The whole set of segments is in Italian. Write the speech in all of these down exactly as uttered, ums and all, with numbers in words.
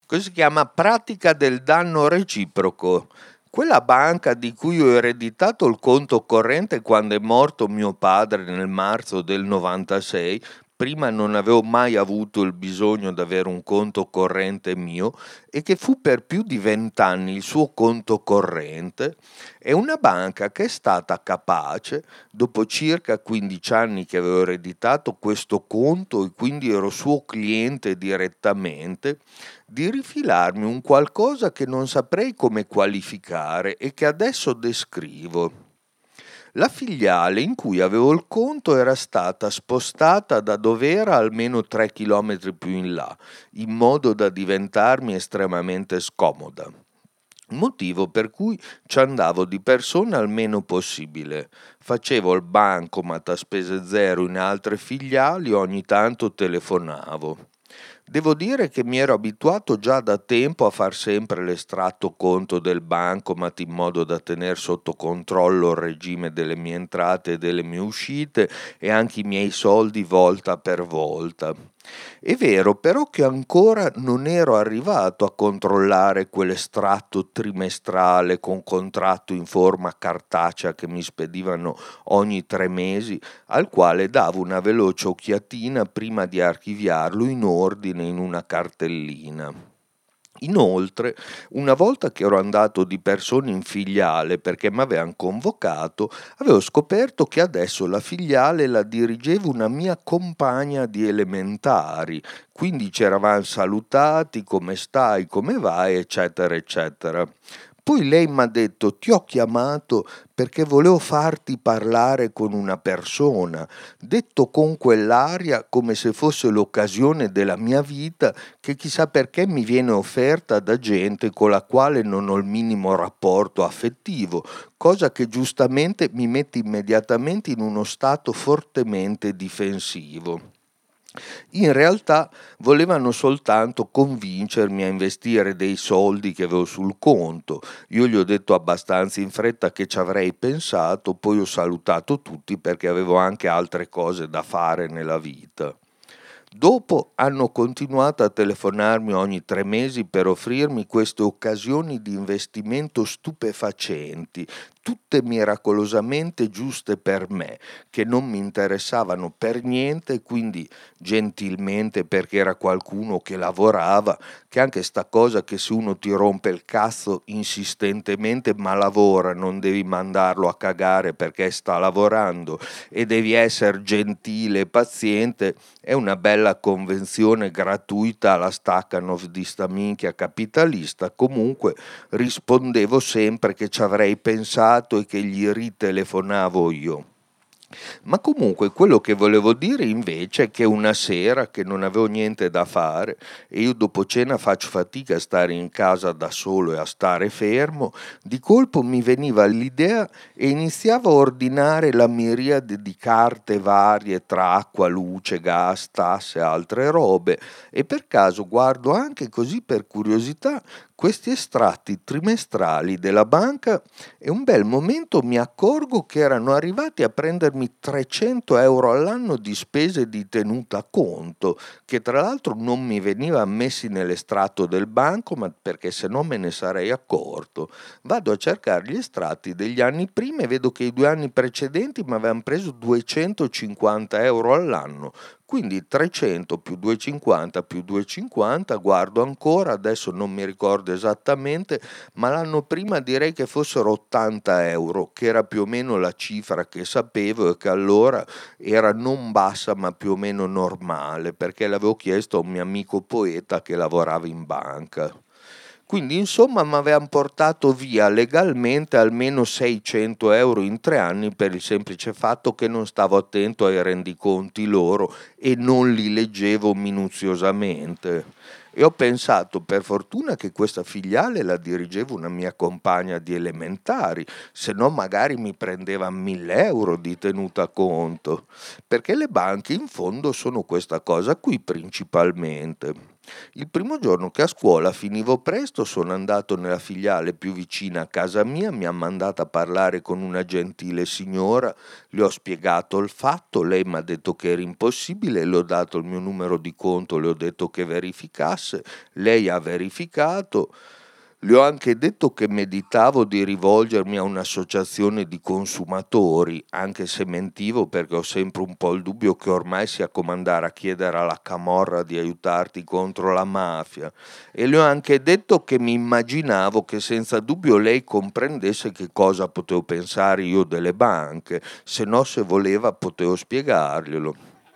Cosa si chiama pratica del danno reciproco. Quella banca di cui ho ereditato il conto corrente quando è morto mio padre nel marzo del novantasei, prima non avevo mai avuto il bisogno di avere un conto corrente mio e che fu per più di vent'anni il suo conto corrente, è una banca che è stata capace, dopo circa quindici anni che avevo ereditato questo conto e quindi ero suo cliente direttamente, di rifilarmi un qualcosa che non saprei come qualificare e che adesso descrivo. La filiale in cui avevo il conto era stata spostata da dov'era almeno tre chilometri più in là, in modo da diventarmi estremamente scomoda. Motivo per cui ci andavo di persona il meno possibile. Facevo il bancomat a spese zero in altre filiali, ogni tanto telefonavo. Devo dire che mi ero abituato già da tempo a far sempre l'estratto conto del bancomat in modo da tenere sotto controllo il regime delle mie entrate e delle mie uscite e anche i miei soldi volta per volta. È vero però che ancora non ero arrivato a controllare quell'estratto trimestrale con contratto in forma cartacea che mi spedivano ogni tre mesi, al quale davo una veloce occhiatina prima di archiviarlo in ordine in una cartellina. Inoltre, una volta che ero andato di persona in filiale perché mi avevano convocato, avevo scoperto che adesso la filiale la dirigeva una mia compagna di elementari, quindi ci eravamo salutati, come stai, come vai, eccetera, eccetera. Poi lei mi ha detto: ti ho chiamato perché volevo farti parlare con una persona, detto con quell'aria come se fosse l'occasione della mia vita che chissà perché mi viene offerta da gente con la quale non ho il minimo rapporto affettivo, cosa che giustamente mi mette immediatamente in uno stato fortemente difensivo. In realtà volevano soltanto convincermi a investire dei soldi che avevo sul conto. Io gli ho detto abbastanza in fretta che ci avrei pensato, poi ho salutato tutti perché avevo anche altre cose da fare nella vita. Dopo hanno continuato a telefonarmi ogni tre mesi per offrirmi queste occasioni di investimento stupefacenti, tutte miracolosamente giuste per me, che non mi interessavano per niente, quindi gentilmente perché era qualcuno che lavorava, che anche sta cosa che se uno ti rompe il cazzo insistentemente ma lavora, non devi mandarlo a cagare perché sta lavorando e devi essere gentile e paziente, è una bella convenzione gratuita alla Stakhanov di sta minchia capitalista. Comunque rispondevo sempre che ci avrei pensato e che gli ritelefonavo io. Ma comunque quello che volevo dire invece è che una sera che non avevo niente da fare e io dopo cena faccio fatica a stare in casa da solo e a stare fermo, di colpo mi veniva l'idea e iniziavo a ordinare la miriade di carte varie tra acqua, luce, gas, tasse e altre robe e per caso guardo anche così per curiosità questi estratti trimestrali della banca e un bel momento mi accorgo che erano arrivati a prendermi trecento euro all'anno di spese di tenuta conto, che tra l'altro non mi veniva ammessi nell'estratto del bancomat perché se no me ne sarei accorto. Vado a cercare gli estratti degli anni prima e vedo che i due anni precedenti mi avevano preso duecentocinquanta euro all'anno. Quindi trecento più duecentocinquanta più duecentocinquanta, guardo ancora, adesso non mi ricordo esattamente, ma l'anno prima direi che fossero ottanta euro, che era più o meno la cifra che sapevo e che allora era non bassa ma più o meno normale, perché l'avevo chiesto a un mio amico poeta che lavorava in banca. Quindi insomma mi avevano portato via legalmente almeno seicento euro in tre anni per il semplice fatto che non stavo attento ai rendiconti loro e non li leggevo minuziosamente. E ho pensato per fortuna che questa filiale la dirigeva una mia compagna di elementari, se no magari mi prendeva mille euro di tenuta conto, perché le banche in fondo sono questa cosa qui principalmente. Il primo giorno che a scuola finivo presto sono andato nella filiale più vicina a casa mia, mi ha mandato a parlare con una gentile signora, le ho spiegato il fatto, lei mi ha detto che era impossibile, le ho dato il mio numero di conto, le ho detto che verificasse, lei ha verificato. Le ho anche detto che meditavo di rivolgermi a un'associazione di consumatori, anche se mentivo perché ho sempre un po' il dubbio che ormai sia come andare a chiedere alla camorra di aiutarti contro la mafia. E le ho anche detto che mi immaginavo che senza dubbio lei comprendesse che cosa potevo pensare io delle banche, se no se voleva potevo spiegarglielo.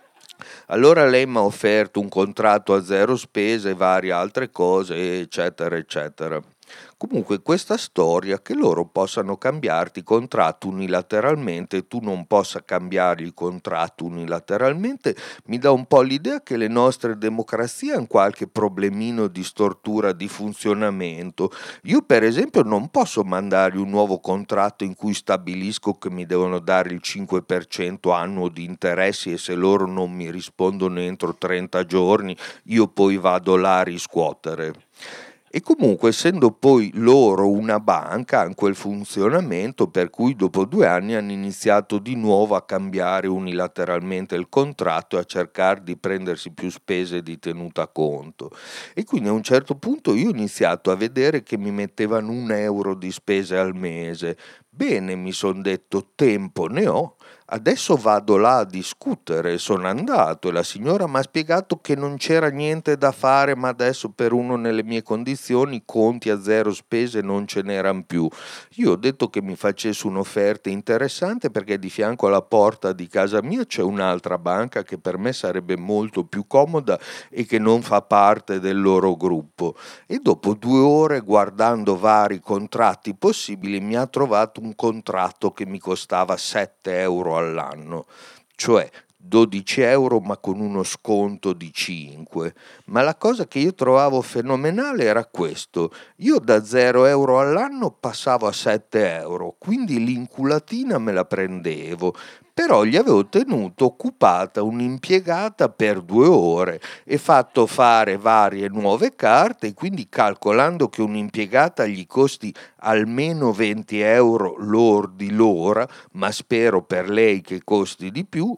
Allora lei mi ha offerto un contratto a zero spese e varie altre cose, eccetera, eccetera. Comunque questa storia che loro possano cambiarti il contratto unilateralmente e tu non possa cambiare il contratto unilateralmente mi dà un po' l'idea che le nostre democrazie hanno qualche problemino di stortura di funzionamento. Io per esempio non posso mandargli un nuovo contratto in cui stabilisco che mi devono dare il cinque per cento annuo di interessi e se loro non mi rispondono entro trenta giorni io poi vado là a riscuotere. E comunque essendo poi loro una banca hanno quel funzionamento per cui dopo due anni hanno iniziato di nuovo a cambiare unilateralmente il contratto e a cercare di prendersi più spese di tenuta conto. E quindi a un certo punto io ho iniziato a vedere che mi mettevano un euro di spese al mese. Bene, mi sono detto, tempo ne ho. Adesso vado là a discutere, sono andato e la signora mi ha spiegato che non c'era niente da fare, ma adesso per uno nelle mie condizioni conti a zero spese non ce n'erano più. Io ho detto che mi facesse un'offerta interessante perché di fianco alla porta di casa mia c'è un'altra banca che per me sarebbe molto più comoda e che non fa parte del loro gruppo. E dopo due ore guardando vari contratti possibili mi ha trovato un contratto che mi costava sette euro all'anno, cioè dodici euro ma con uno sconto di cinque. Ma la cosa che io trovavo fenomenale era questo: io da zero euro all'anno passavo a sette euro, quindi l'inculatina me la prendevo, però gli avevo tenuto occupata un'impiegata per due ore e fatto fare varie nuove carte, quindi calcolando che un'impiegata gli costi almeno venti euro lordi l'ora, ma spero per lei che costi di più,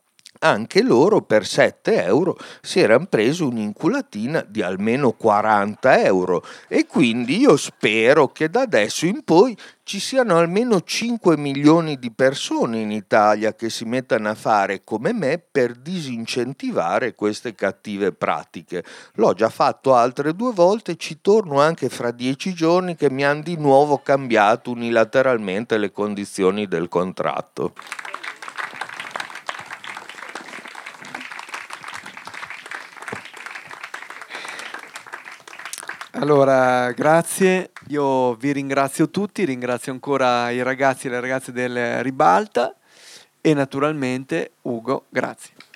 anche loro per sette euro si erano presi un'inculatina di almeno quaranta euro e quindi io spero che da adesso in poi ci siano almeno cinque milioni di persone in Italia che si mettano a fare come me per disincentivare queste cattive pratiche. L'ho già fatto altre due volte, ci torno anche fra dieci giorni che mi hanno di nuovo cambiato unilateralmente le condizioni del contratto. Allora, grazie, io vi ringrazio tutti, ringrazio ancora i ragazzi e le ragazze del Ribalta e naturalmente Ugo, grazie.